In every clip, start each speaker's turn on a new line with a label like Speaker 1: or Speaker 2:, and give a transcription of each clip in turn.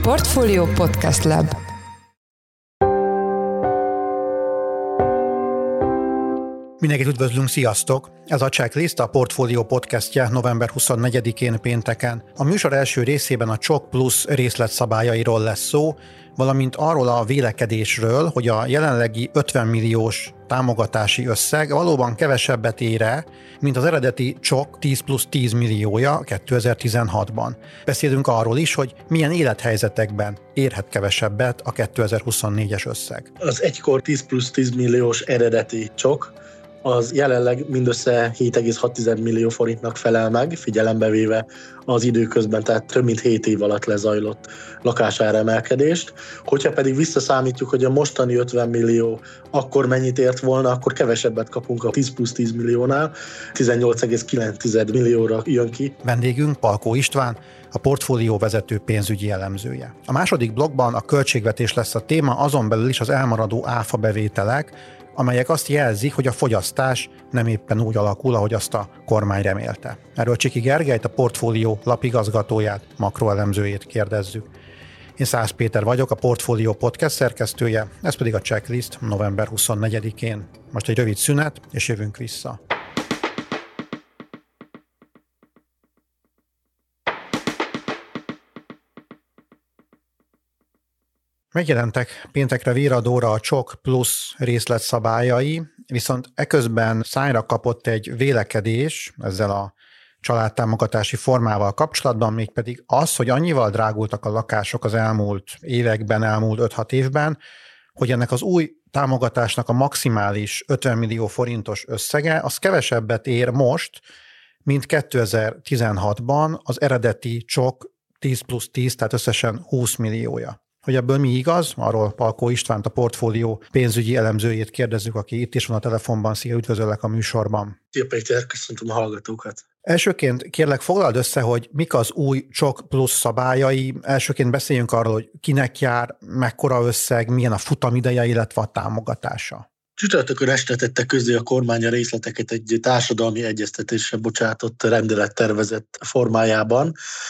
Speaker 1: Portfolio Podcast Lab.
Speaker 2: Mindenkit üdvözlünk, sziasztok! Ez a Checklist, a Portfolio podcastje november 24-én pénteken. A műsor első részében a Csok Plusz részletszabályairól lesz szó, valamint arról a vélekedésről, hogy a jelenlegi 50 milliós támogatási összeg valóban kevesebbet ér-e, mint az eredeti Csok 10+10 milliója 2016-ban. Beszélünk arról is, hogy milyen élethelyzetekben érhet kevesebbet a 2024-es összeg.
Speaker 3: Az egykor 10+10 milliós eredeti Csok az jelenleg mindössze 7,6 millió forintnak felel meg, figyelembe véve az időközben, tehát több mint 7 év alatt lezajlott lakásáremelkedést. Hogyha pedig visszaszámítjuk, hogy a mostani 50 millió akkor mennyit ért volna, akkor kevesebbet kapunk a 10+10 milliónál, 18,9 millióra jön ki.
Speaker 2: Vendégünk Palkó István, a portfólió vezető pénzügyi elemzője. A második blokkban a költségvetés lesz a téma, azon belül is az elmaradó áfa bevételek, amelyek azt jelzik, hogy a fogyasztás nem éppen úgy alakul, ahogy azt a kormány remélte. Erről Csiki Gergelyt, a portfólió lapigazgatóját, makroelemzőjét kérdezzük. Én Szász Péter vagyok, a Portfolio podcast szerkesztője, ez pedig a Checklist november 24-én. Most egy rövid szünet, és jövünk vissza. Megjelentek péntekre víradóra a Csok Plusz részletszabályai, viszont eközben szájra kapott egy vélekedés ezzel a családtámogatási formával kapcsolatban, mégpedig az, hogy annyival drágultak a lakások az elmúlt években, elmúlt 5-6 évben, hogy ennek az új támogatásnak a maximális 50 millió forintos összege, az kevesebbet ér most, mint 2016-ban az eredeti Csok 10+10, tehát összesen 20 milliója. Hogy ebből mi igaz, arról Palkó Istvánt, a portfólió pénzügyi elemzőjét kérdezzük, aki itt is van a telefonban. Szia, üdvözöllek a műsorban.
Speaker 3: Szia Péter, köszöntöm a hallgatókat.
Speaker 2: Elsőként kérlek foglald össze, hogy mik az új Csok Plusz szabályai. Elsőként beszéljünk arról, hogy kinek jár, mekkora összeg, milyen a futamideje, illetve a támogatása.
Speaker 3: Csütörtökön este tette közé a kormány a részleteket egy társadalmi egyeztetésre bocsátott rendelettervezet formájában.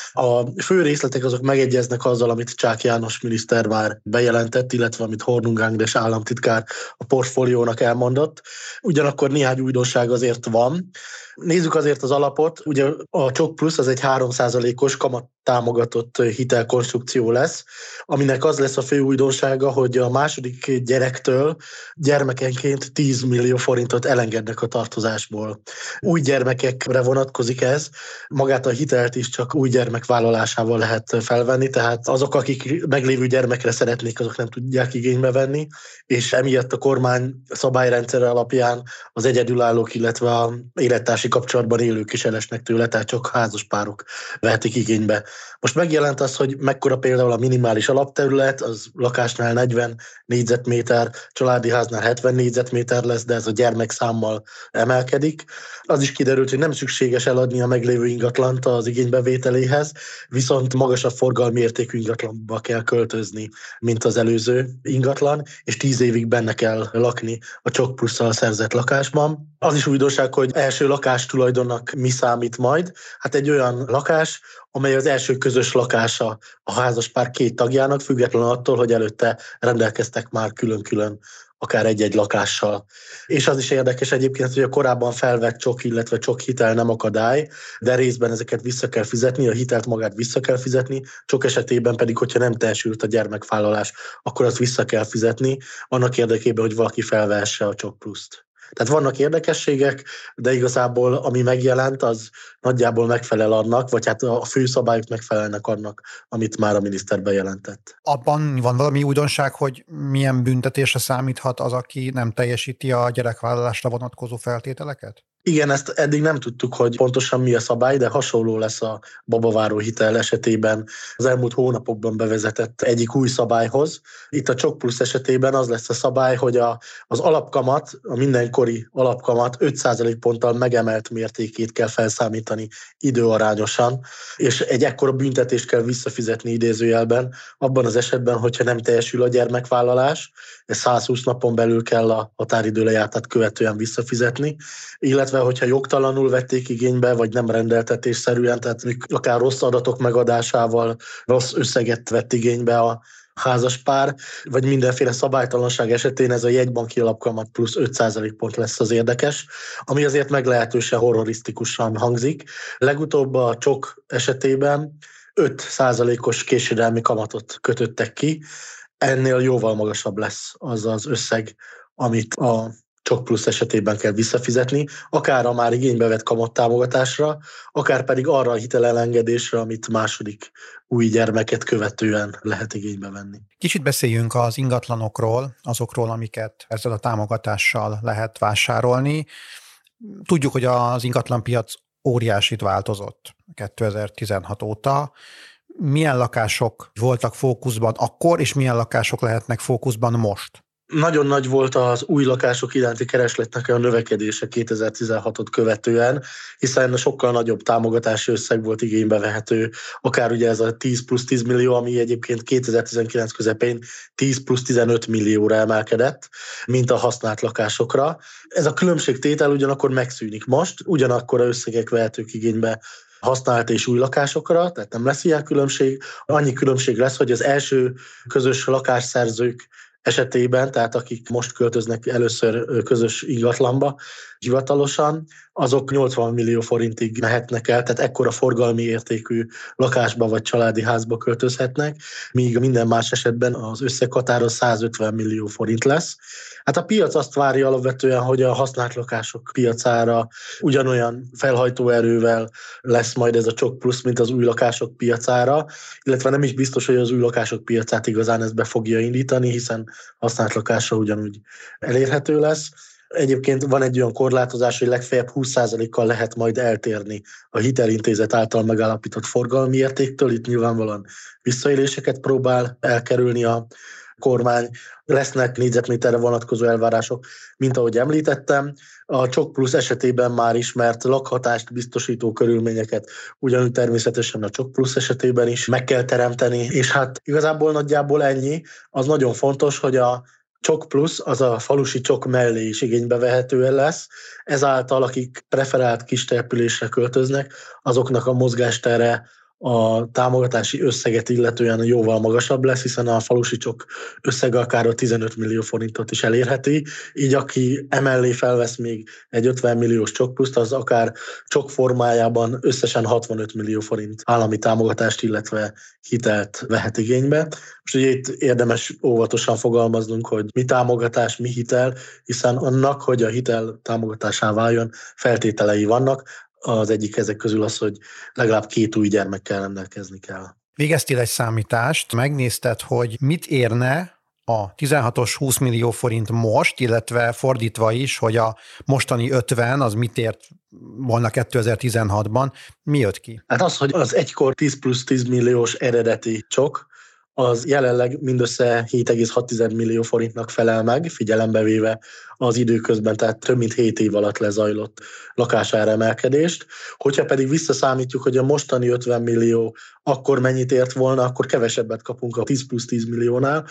Speaker 3: A fő részletek azok megegyeznek azzal, amit Csák János miniszter már bejelentett, illetve amit Hornung Ágnes államtitkár a portfóliónak elmondott. Ugyanakkor néhány újdonság azért van. Nézzük azért az alapot. Ugye a Csok Plusz az egy 3%-os kamattámogatott hitelkonstrukció lesz, aminek az lesz a fő újdonsága, hogy a második gyerektől gyermekenként 10 millió forintot elengednek a tartozásból. Új gyermekekre vonatkozik ez, magát a hitelt is csak új gyermek vállalásával lehet felvenni, tehát azok, akik meglévő gyermekre szeretnék, azok nem tudják igénybe venni, és emiatt a kormány szabályrendszere alapján az egyedülállók, illetve a élettársi kapcsolatban élők is elesnek tőle, tehát csak házas párok vehetik igénybe. Most megjelent az, hogy mekkora például a minimális alapterület, az lakásnál 40 négyzetméter, családi háznál 70 négyzetméter lesz, de ez a gyermekszámmal emelkedik. Az is kiderült, hogy nem szükséges eladni a meglévő ingatlant az igénybevételéhez, viszont magasabb forgalmi értékű ingatlanba kell költözni, mint az előző ingatlan, és 10 évig benne kell lakni a Csok Plusszal szerzett lakásban. Az is újdonság, hogy első lakástulajdonnak mi számít majd. Hát egy olyan lakás, amely az első közös lakása a házaspár két tagjának, függetlenül attól, hogy előtte rendelkeztek már külön-külön akár egy-egy lakással. És az is érdekes egyébként, hogy a korábban felvett Csok, illetve Csok hitel nem akadály, de részben ezeket vissza kell fizetni, a hitelt magát vissza kell fizetni, Csok esetében pedig, hogyha nem teljesült a gyermekvállalás, akkor azt vissza kell fizetni, annak érdekében, hogy valaki felvehesse a Csok Pluszt. Tehát vannak érdekességek, de igazából ami megjelent, az nagyjából megfelel annak, vagy hát a fő szabályok megfelelnek annak, amit már a miniszter bejelentett.
Speaker 2: Abban van valami újdonság, hogy milyen büntetésre számíthat az, aki nem teljesíti a gyerekvállalásra vonatkozó feltételeket?
Speaker 3: Igen, ezt eddig nem tudtuk, hogy pontosan mi a szabály, de hasonló lesz a babaváró hitel esetében az elmúlt hónapokban bevezetett egyik új szabályhoz. Itt a Csok Plusz esetében az lesz a szabály, hogy az alapkamat, a mindenkori alapkamat 5% ponttal megemelt mértékét kell felszámítani időarányosan, és egy ekkora büntetést kell visszafizetni idézőjelben, abban az esetben, hogyha nem teljesül a gyermekvállalás, ez 120 napon belül kell a határidő lejártát követően visszafizetni, illetve illetve hogyha jogtalanul vették igénybe, vagy nem rendeltetésszerűen, tehát akár rossz adatok megadásával rossz összeget vett igénybe a házaspár, vagy mindenféle szabálytalanság esetén ez a jegybanki alapkamat plusz 5% pont lesz az érdekes, ami azért meglehetősen horrorisztikusan hangzik. Legutóbb a csok esetében 5%-os késedelmi kamatot kötöttek ki, ennél jóval magasabb lesz az az összeg, amit a csok plusz esetében kell visszafizetni, akár a már igénybe vett kamattámogatásra, akár pedig arra a hitelelengedésre, amit második új gyermeket követően lehet igénybe venni.
Speaker 2: Kicsit beszéljünk az ingatlanokról, azokról, amiket ezzel a támogatással lehet vásárolni. Tudjuk, hogy az ingatlanpiac óriásit változott 2016 óta. Milyen lakások voltak fókuszban akkor, és milyen lakások lehetnek fókuszban most?
Speaker 3: Nagyon nagy volt az új lakások iránti keresletnek a növekedése 2016-ot követően, hiszen sokkal nagyobb támogatási összeg volt igénybe vehető, akár ugye ez a 10 plusz 10 millió, ami egyébként 2019 közepén 10 plusz 15 millióra emelkedett, mint a használt lakásokra. Ez a különbségtétel ugyanakkor megszűnik most, ugyanakkor összegek vehetők igénybe használt és új lakásokra, tehát nem lesz ilyen különbség. Annyi különbség lesz, hogy az első közös lakásszerzők esetében, tehát akik most költöznek először közös ingatlanba hivatalosan, azok 80 millió forintig mehetnek el, tehát ekkora forgalmi értékű lakásba vagy családi házba költözhetnek, míg minden más esetben az összeghatára 150 millió forint lesz. Hát a piac azt várja alapvetően, hogy a használt lakások piacára ugyanolyan felhajtóerővel lesz majd ez a csok plusz, mint az új lakások piacára, illetve nem is biztos, hogy az új lakások piacát igazán ez be fogja indítani, hiszen használt lakásra ugyanúgy elérhető lesz. Egyébként van egy olyan korlátozás, hogy legfeljebb 20%-kal lehet majd eltérni a hitelintézet által megállapított forgalmi értéktől. Itt nyilvánvalóan visszaéléseket próbál elkerülni a kormány. Lesznek négyzetméterre vonatkozó elvárások, mint ahogy említettem. A csok plusz esetében már ismert lakhatást biztosító körülményeket ugyanúgy természetesen a csok plusz esetében is meg kell teremteni, és hát igazából nagyjából ennyi. Az nagyon fontos, hogy a csok plusz az a falusi csok mellé is igénybe vehető lesz. Ezáltal, akik preferált kis településre költöznek, azoknak a mozgástere a támogatási összeget illetően jóval magasabb lesz, hiszen a falusi csok összege akár a 15 millió forintot is elérheti, így aki emellé felvesz még egy 50 milliós csok pluszt, az akár csok formájában összesen 65 millió forint állami támogatást, illetve hitelt vehet igénybe. Most ugye itt érdemes óvatosan fogalmaznunk, hogy mi támogatás, mi hitel, hiszen annak, hogy a hitel támogatásá váljon, feltételei vannak. Az egyik ezek közül az, hogy legalább 2 új gyermekkel rendelkezni kell.
Speaker 2: Végeztél egy számítást, megnézted, hogy mit érne a 16-os 20 millió forint most, illetve fordítva is, hogy a mostani 50 az mit ért volna 2016-ban. Mi jött ki?
Speaker 3: Hát az, hogy az egykor 10 plusz 10 milliós eredeti csok, az jelenleg mindössze 7,6 millió forintnak felel meg, figyelembe véve az időközben, tehát több mint 7 év alatt lezajlott lakásár emelkedést. Hogyha pedig visszaszámítjuk, hogy a mostani 50 millió akkor mennyit ért volna, akkor kevesebbet kapunk a 10 plusz 10 milliónál,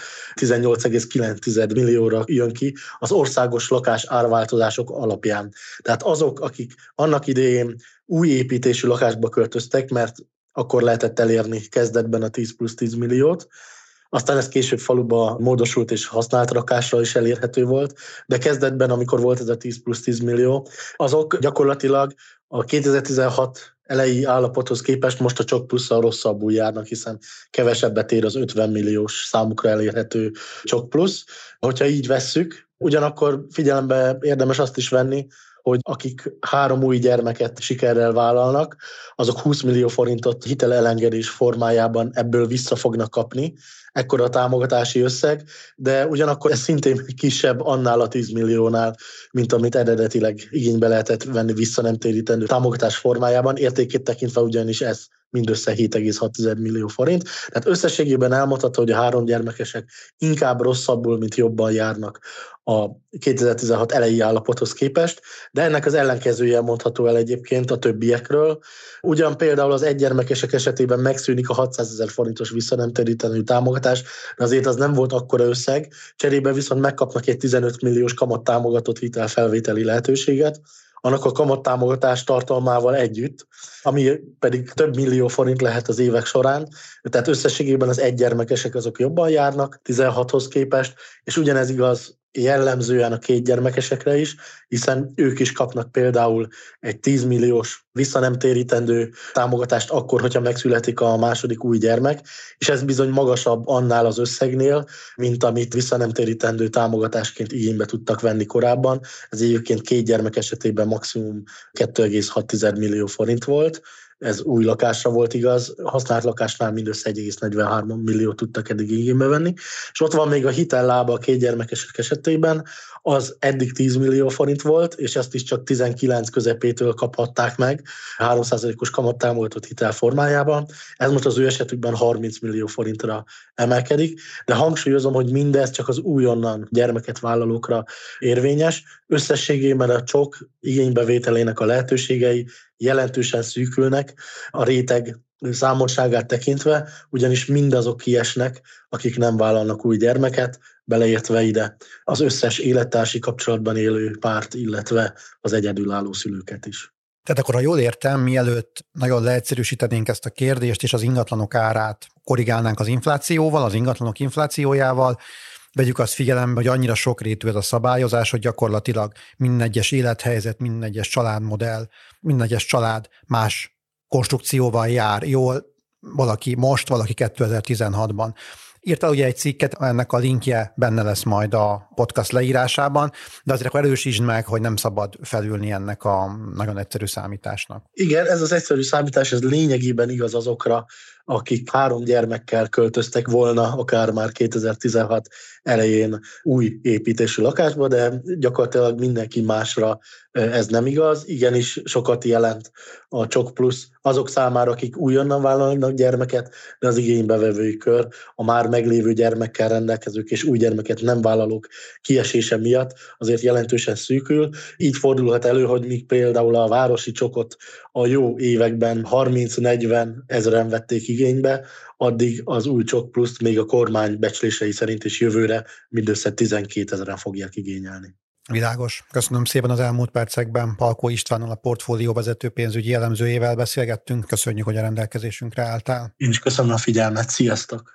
Speaker 3: 18,9 millióra jön ki az országos lakás árváltozások alapján. Tehát azok, akik annak idején új építésű lakásba költöztek, mert akkor lehetett elérni kezdetben a 10 plusz 10 milliót, aztán ez később faluba módosult és használt lakásra is elérhető volt, de kezdetben, amikor volt ez a 10 plusz 10 millió, azok gyakorlatilag a 2016 elejé állapothoz képest most a csok plusszal rosszabbul járnak, hiszen kevesebbet ér az 50 milliós számukra elérhető csok plusz. Hogyha így vesszük, ugyanakkor figyelembe érdemes azt is venni, hogy akik 3 új gyermeket sikerrel vállalnak, azok 20 millió forintot hitelelengedés formájában ebből vissza fognak kapni, ekkora a támogatási összeg, de ugyanakkor ez szintén kisebb annál a 10 milliónál, mint amit eredetileg igénybe lehetett venni vissza nem térítendő támogatás formájában, értékét tekintve ugyanis ez mindössze 7,6 millió forint. Tehát összességében elmondható, hogy a 3 gyermekesek inkább rosszabbul, mint jobban járnak a 2016 elejé állapothoz képest, de ennek az ellenkezője mondható el egyébként a többiekről. Ugyan például az egygyermekesek esetében megszűnik a 600 000 forintos vissza nem térítendő támogatás, de azért az nem volt akkora összeg, cserébe viszont megkapnak egy 15 milliós kamat támogatott hitelfelvételi lehetőséget, annak a kamattámogatás tartalmával együtt, ami pedig több millió forint lehet az évek során. Tehát összességében az egygyermekesek azok jobban járnak 16-hoz képest, és ugyanez igaz jellemzően a kétgyermekesekre is, hiszen ők is kapnak például egy 10 milliós visszanemtérítendő támogatást akkor, hogyha megszületik a második új gyermek, és ez bizony magasabb annál az összegnél, mint amit visszanemtérítendő támogatásként igénybe tudtak venni korábban. Ez egyébként 2 gyermek esetében maximum 2,6 millió forint volt. Ez új lakásra volt igaz, használt lakásnál mindössze 1,43 millió tudtak eddig igénybe venni. És ott van még a hitellába a 2 gyermekesek esetében, az eddig 10 millió forint volt, és ezt is csak 19 közepétől kaphatták meg 3%-os kamattámogatott hitel formájában. Ez most az ő esetükben 30 millió forintra emelkedik, de hangsúlyozom, hogy mindez csak az újonnan gyermeket vállalókra érvényes. Összességében a csok igénybevételének a lehetőségei jelentősen szűkülnek a réteg számosságát tekintve, ugyanis mindazok kiesnek, akik nem vállalnak új gyermeket, beleértve ide az összes élettársi kapcsolatban élő párt, illetve az egyedülálló szülőket is.
Speaker 2: Tehát akkor, ha jól értem, mielőtt nagyon leegyszerűsítenénk ezt a kérdést, és az ingatlanok árát korrigálnánk az inflációval, az ingatlanok inflációjával, vegyük azt figyelembe, hogy annyira sokrétű ez a szabályozás, hogy gyakorlatilag minden egyes élethelyzet, minden egyes családmodell, minden egyes család más konstrukcióval jár. Jól valaki most, valaki 2016-ban. Írtál ugye egy cikket, ennek a linkje benne lesz majd a podcast leírásában, de azért akkor erősítsd meg, hogy nem szabad felülni ennek a nagyon egyszerű számításnak.
Speaker 3: Igen, ez az egyszerű számítás, ez lényegében igaz azokra, akik 3 gyermekkel költöztek volna, akár már 2016 elején új építésű lakásba, de gyakorlatilag mindenki másra ez nem igaz. Igenis sokat jelent a Csok Plusz azok számára, akik újonnan vállalnak gyermeket, de az igénybevevői kör a már meglévő gyermekkel rendelkezők és új gyermeket nem vállalók kiesése miatt azért jelentősen szűkül. Így fordulhat elő, hogy míg például a városi csokot a jó években 30-40 ezeren vették igénybe, addig az új Csok Pluszt még a kormány becslései szerint is jövőre mindössze 12 000-en fogják igényelni.
Speaker 2: Világos. Köszönöm szépen. Az elmúlt percekben Palkó Istvánnal, a portfólió vezető pénzügyi elemzőjével beszélgettünk. Köszönjük, hogy a rendelkezésünkre álltál.
Speaker 3: Én is köszönöm a figyelmet. Sziasztok!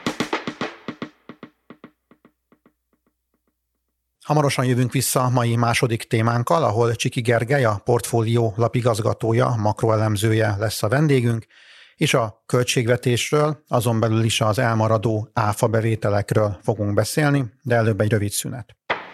Speaker 2: Hamarosan jövünk vissza a mai második témánkkal, ahol Csiki Gergely, a portfólió lapigazgatója, makroelemzője lesz a vendégünk, és a költségvetésről, azon belül is az elmaradó áfa bevételekről fogunk beszélni, de előbb egy rövid szünet.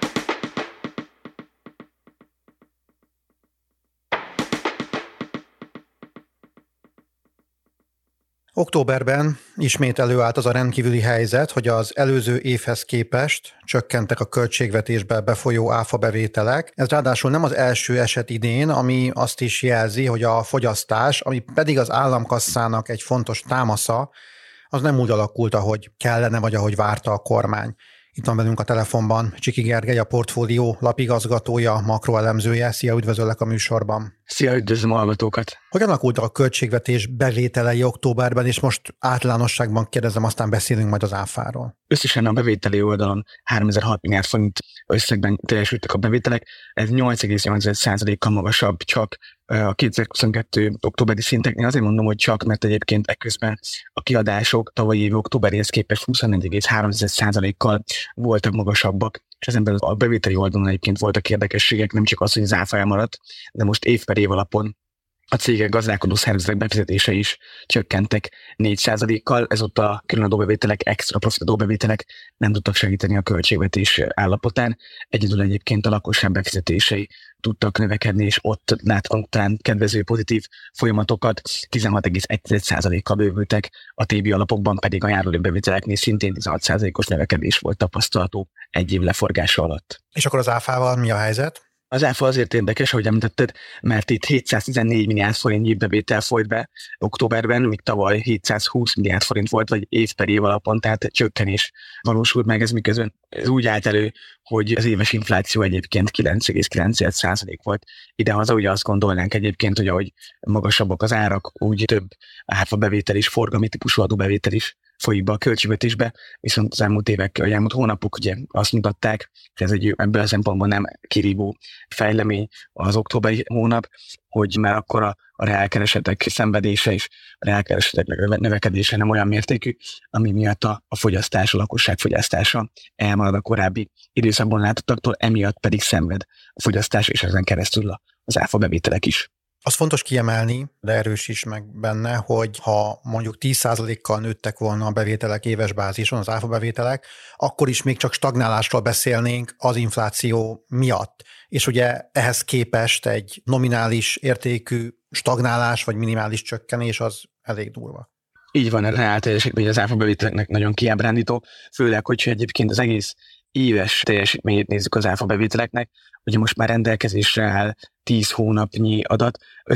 Speaker 2: Októberben ismét előállt az a rendkívüli helyzet, hogy az előző évhez képest csökkentek a költségvetésbe befolyó áfabevételek. Ez ráadásul nem az első eset idén, ami azt is jelzi, hogy a fogyasztás, ami pedig az államkasszának egy fontos támasza, az nem úgy alakult, ahogy kellene, vagy ahogy várta a kormány. Itt van velünk a telefonban Csiki Gergely, a portfólió lapigazgatója, makroelemzője. Szia, üdvözöllek a műsorban.
Speaker 4: Szia, üdvözlöm a hallgatókat.
Speaker 2: Hogyan alakultak a költségvetés bevételei októberben, és most általánosságban kérdezem, aztán beszélünk majd az áfáról.
Speaker 4: Összesen a bevételi oldalon 3006 milliárd forint összegben teljesültek a bevételek, ez 8,8%-kal magasabb csak a 2022. októberi szinteknél. Azért mondom, hogy csak, mert egyébként ekközben a kiadások tavalyi év októberéhez képest 24,3%-kal voltak magasabbak, és ezen belül a bevételi oldalon egyébként voltak érdekességek, nem csak az, hogy az áfa elmaradt, de most év per év alapon a cégek gazdálkodó szervezetek befizetése is csökkentek 4%-kal, ezúttal a különadó bevételek, extra profit adóbevételek nem tudtak segíteni a költségvetés állapotán. Egyedül egyébként a lakosság befizetései tudtak növekedni, és ott látunk talán kedvező pozitív folyamatokat, 16,1%-kal bővültek, a TB alapokban pedig a járulékbevételeknél szintén 16%-os növekedés volt tapasztalható egy év leforgása alatt.
Speaker 2: És akkor az áfával mi a helyzet?
Speaker 4: Az áfa azért érdekes, ahogy említetted, mert itt 714 milliárd forintnyi bevétel folyt be októberben, míg tavaly 720 milliárd forint volt, vagy év per év alapon, tehát csökkenés valósult meg, ez miközben ez úgy állt elő, hogy az éves infláció egyébként 9,9% volt. Idehaza ugye azt gondolnánk egyébként, hogy ahogy magasabbak az árak, úgy több áfa bevétel is, forgalmi típusú adóbevétel is folyik be a költségvetésbe, viszont az elmúlt évek, az elmúlt hónapok ugye azt mutatták, hogy ez egy ebből a szempontból nem kirívó fejlemény az októberi hónap, hogy már akkor a reálkeresetek szenvedése és a reálkeresetek növekedése nem olyan mértékű, ami miatt a fogyasztás, a lakosság fogyasztása elmarad a korábbi időszakban látottaktól, emiatt pedig szenved a fogyasztás, és ezen keresztül az áfa bevételek is.
Speaker 2: Az fontos kiemelni, de erősíts meg benne, hogy ha mondjuk 10%-kal nőttek volna a bevételek éves bázison, az áfa bevételek, akkor is még csak stagnálásról beszélnénk az infláció miatt. És ugye ehhez képest egy nominális értékű stagnálás vagy minimális csökkenés az elég durva.
Speaker 4: Így van, a reál teljesítmény az áfa bevételeknek nagyon kiábrándító, főleg, hogyha egyébként az egész éves teljesítményét nézzük az áfa bevételeknek, ugye most már rendelkezésre áll 10 hónapnyi adat,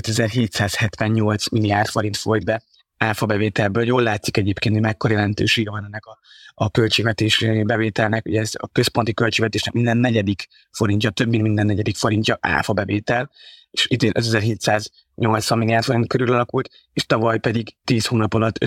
Speaker 4: 5778 milliárd forint folyt be áfa bevételből. Jól látszik egyébként, hogy mekkora jelentősége van ennek a költségvetési bevételnek. Ugye ez a központi költségvetésnek minden negyedik forintja, több mint minden negyedik forintja áfa bevétel, és idén 5780 milliárd forint körül alakult, és tavaly pedig 10 hónap alatt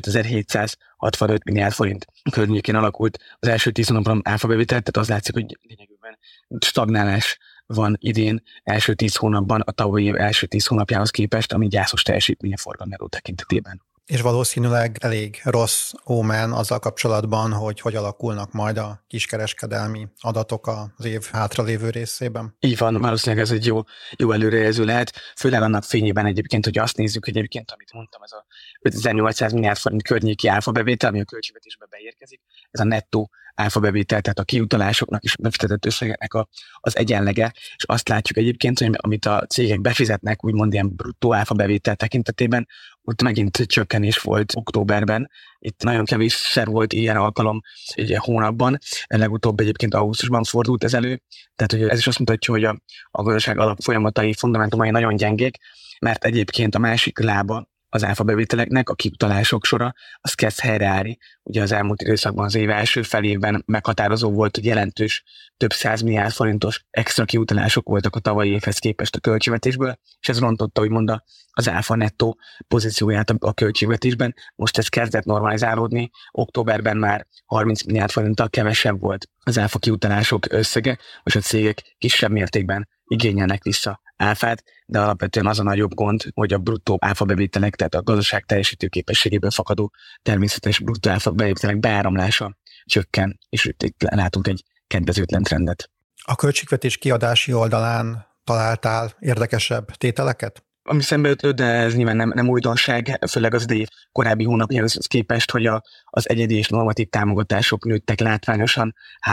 Speaker 4: 5765 milliárd forint környékén alakult az első 10 hónapban áfa bevétel, tehát az látszik, hogy lényegében stagnálás van idén első 10 hónapban a tavalyi év első 10 hónapjához képest, ami gyászos teljesítménye forgalmi tekintetében.
Speaker 2: És valószínűleg elég rossz ómen azzal kapcsolatban, hogy alakulnak majd a kiskereskedelmi adatok az év hátralévő részében.
Speaker 4: Így van, valószínűleg ez egy jó előrejelző lehet, főleg annak fényében egyébként, hogy azt nézzük, hogy egyébként, amit mondtam, ez a 5800 milliárd forint környéki áfa bevétel, ami a költségvetésbe beérkezik, ez a nettó áfa bevétel, tehát a kiutalásoknak és befizetett összegeknek az egyenlege, és azt látjuk egyébként, hogy amit a cégek befizetnek, úgymond ilyen bruttó áfa bevétel tekintetében, ott megint csökkenés volt októberben. Itt nagyon kevésszer volt ilyen alkalom egy hónapban, legutóbb egyébként augusztusban fordult ez elő, tehát hogy ez is azt mutatja, hogy a gazdaság alapfolyamatai, fundamentumai nagyon gyengék, mert egyébként a másik lába az áfa bevételeknek, a kiutalások sora, az kezd helyreállni. Ugye az elmúlt időszakban az év első felében meghatározó volt, hogy jelentős több 100 milliárd forintos extra kiutalások voltak a tavalyi évhez képest a költségvetésből, és ez rontotta úgymond az áfa nettó pozícióját a költségvetésben. Most ez kezdett normalizálódni, októberben már 30 milliárd forinttal kevesebb volt az áfa kiutalások összege, és a cégek kisebb mértékben igényelnek vissza áfát, de alapvetően az a nagyobb gond, hogy a bruttó áfa bevételek, tehát a gazdaság teljesítő képességéből fakadó természetes bruttó áfa bevételek beáramlása csökken, és itt látunk egy kedvezőtlen trendet.
Speaker 2: A költségvetés kiadási oldalán találtál érdekesebb tételeket?
Speaker 4: Ami szembe jött, de ez nyilván nem újdonság, főleg az idei korábbi hónapjához képest, hogy az egyedi és normatív támogatások nőttek látványosan,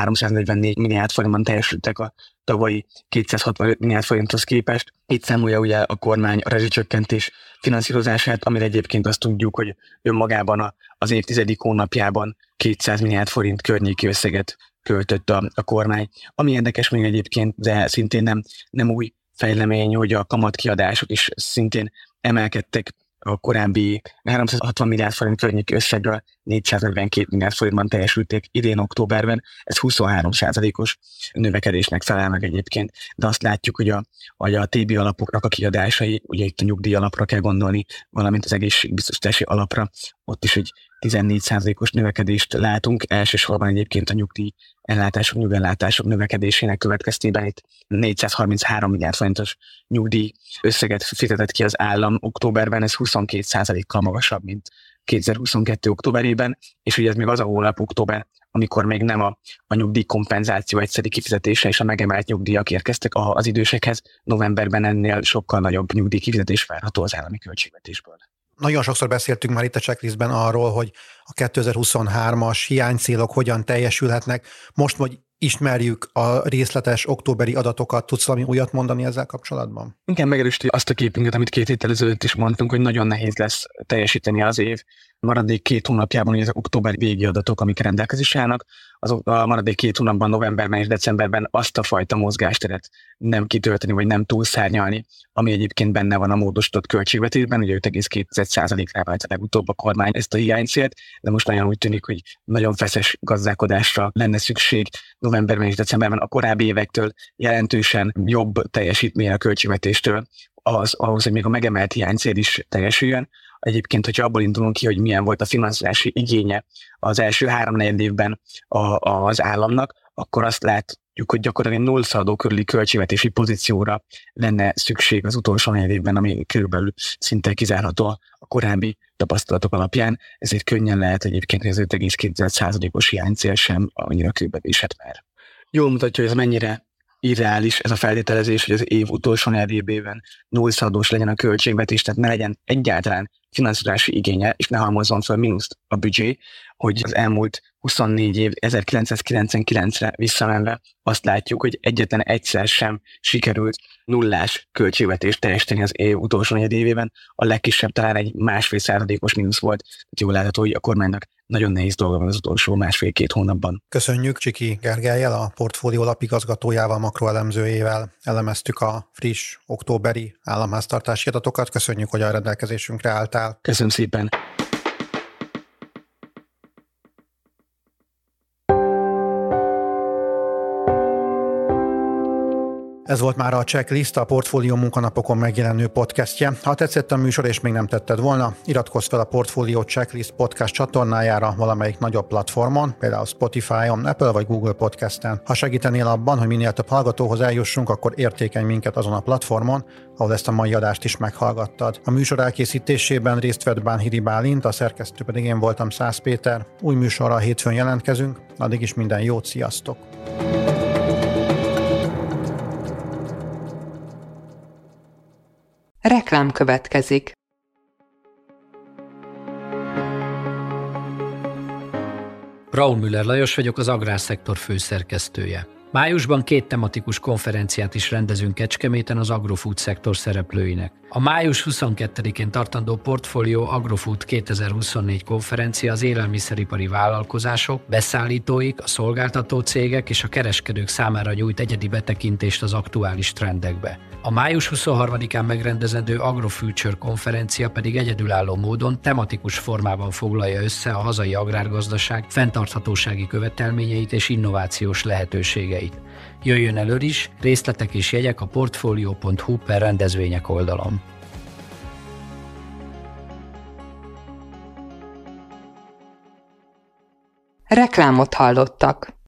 Speaker 4: 344 milliárd forintban teljesültek a tavalyi 265 milliárd forinthoz képest. Itt számolja ugye a kormány a rezsicsökkentés finanszírozását, amire egyébként azt tudjuk, hogy önmagában az év 10. hónapjában 200 milliárd forint környéki összeget költött a kormány. Ami érdekes még egyébként, de szintén nem új fejlemény, hogy a kamatkiadások is szintén emelkedtek a korábbi 360 milliárd forint környéki összegről 442 milliárd forintban teljesülték idén októberben, ez 23%-os növekedésnek felel meg egyébként, de azt látjuk, hogy a TB alapoknak a kiadásai, ugye itt a nyugdíj alapra kell gondolni, valamint az egészségbiztosítási alapra, ott is egy 14%-os növekedést látunk, elsősorban egyébként a nyugdíjellátások növekedésének következtében itt 433 milliárd forintos nyugdíj összeget fizetett ki az állam októberben, ez 22%-kal magasabb, mint 2022. októberében, és ugye ez még az a hónap október, amikor még nem a nyugdíjkompenzáció egyszeri kifizetése és a megemelt nyugdíjak érkeztek az idősekhez, novemberben ennél sokkal nagyobb nyugdíjkifizetés várható az állami költségvetésből.
Speaker 2: Nagyon sokszor beszéltünk már itt a checklistben arról, hogy a 2023-as hiánycélok hogyan teljesülhetnek. Most, hogy ismerjük a részletes októberi adatokat, tudsz valami újat mondani ezzel kapcsolatban?
Speaker 4: Igen, megerősíti azt a képünket, amit 2 héttel ezelőtt is mondtunk, hogy nagyon nehéz lesz teljesíteni az év maradék 2 hónapjában, hogy az októberi végi adatok, amik rendelkezésre állnak, azok a maradék 2 hónapban, novemberben és decemberben azt a fajta mozgásteret nem kitölteni, vagy nem túlszárnyalni, ami egyébként benne van a módosított költségvetésben, ugye 5,2%-ra vált legutóbb a kormány ezt a hiánycélt, de most nagyon úgy tűnik, hogy nagyon feszes gazdálkodásra lenne szükség novemberben és decemberben a korábbi évektől jelentősen jobb teljesítmény a költségvetéstől, ahhoz, hogy még a megemelt hiánycél is teljesüljön, Egyébként, hogyha abból indulunk ki, hogy milyen volt a finanszírozási igénye az első 3-4 évben az államnak, akkor azt látjuk, hogy gyakorlatilag egy nullszaladó körüli költségvetési pozícióra lenne szükség az utolsó 4 évben, ami körülbelül szinte kizárható a korábbi tapasztalatok alapján, ezért könnyen lehet egyébként, hogy az 5,2%-os hiánycél sem annyira kőbevésett már. Jól mutatja, hogy ez mennyire irreális ez a feltételezés, hogy az év utolsó negyedében nullszaladós legyen a költségvetés, tehát ne legyen egyáltalán finanszírozási igénye, és ne halmozzon fel mínuszt a büdzsé, hogy az elmúlt 24 év 1999-re visszamenve azt látjuk, hogy egyetlen egyszer sem sikerült nullás költségvetést teljesíteni az év utolsó negyedévében, a legkisebb talán egy 1,5%-os mínusz volt, tehát jól látható, hogy a kormánynak nagyon nehéz dolga van az utolsó 1,5-2 hónapban.
Speaker 2: Köszönjük Csiki Gergellyel, a Portfólió lapigazgatójával, makroelemzőjével elemeztük a friss októberi államháztartási adatokat. Köszönjük, hogy a rendelkezésünkre álltál.
Speaker 4: Köszönöm szépen.
Speaker 2: Ez volt már a Checklist, a Portfólió munkanapokon megjelenő podcastje. Ha tetszett a műsor és még nem tetted volna, iratkozz fel a Portfólió Checklist podcast csatornájára valamelyik nagyobb platformon, például Spotify-on, Apple vagy Google Podcasten. Ha segítenél abban, hogy minél több hallgatóhoz eljussunk, akkor értékelj minket azon a platformon, ahol ezt a mai adást is meghallgattad. A műsor elkészítésében részt vett Bánhidi Bálint, a szerkesztő pedig én voltam, Szász Péter. Új műsorral hétfőn jelentkezünk, addig is minden jót, sziasztok!
Speaker 1: Reklám következik.
Speaker 5: Braun Müller Lajos vagyok, az Agrárszektor főszerkesztője. Májusban 2 tematikus konferenciát is rendezünk Kecskeméten az agrofood szektor szereplőinek. A május 22-én tartandó Portfólió Agrofood 2024 konferencia az élelmiszeripari vállalkozások, beszállítóik, a szolgáltató cégek és a kereskedők számára nyújt egyedi betekintést az aktuális trendekbe. A május 23-án megrendezendő Agrofuture konferencia pedig egyedülálló módon tematikus formában foglalja össze a hazai agrárgazdaság fenntarthatósági követelményeit és innovációs lehetőségeit. Jöjjön elő is, részletek és jegyek a portfolio.hu/rendezvények oldalon.
Speaker 1: Reklámot hallottak.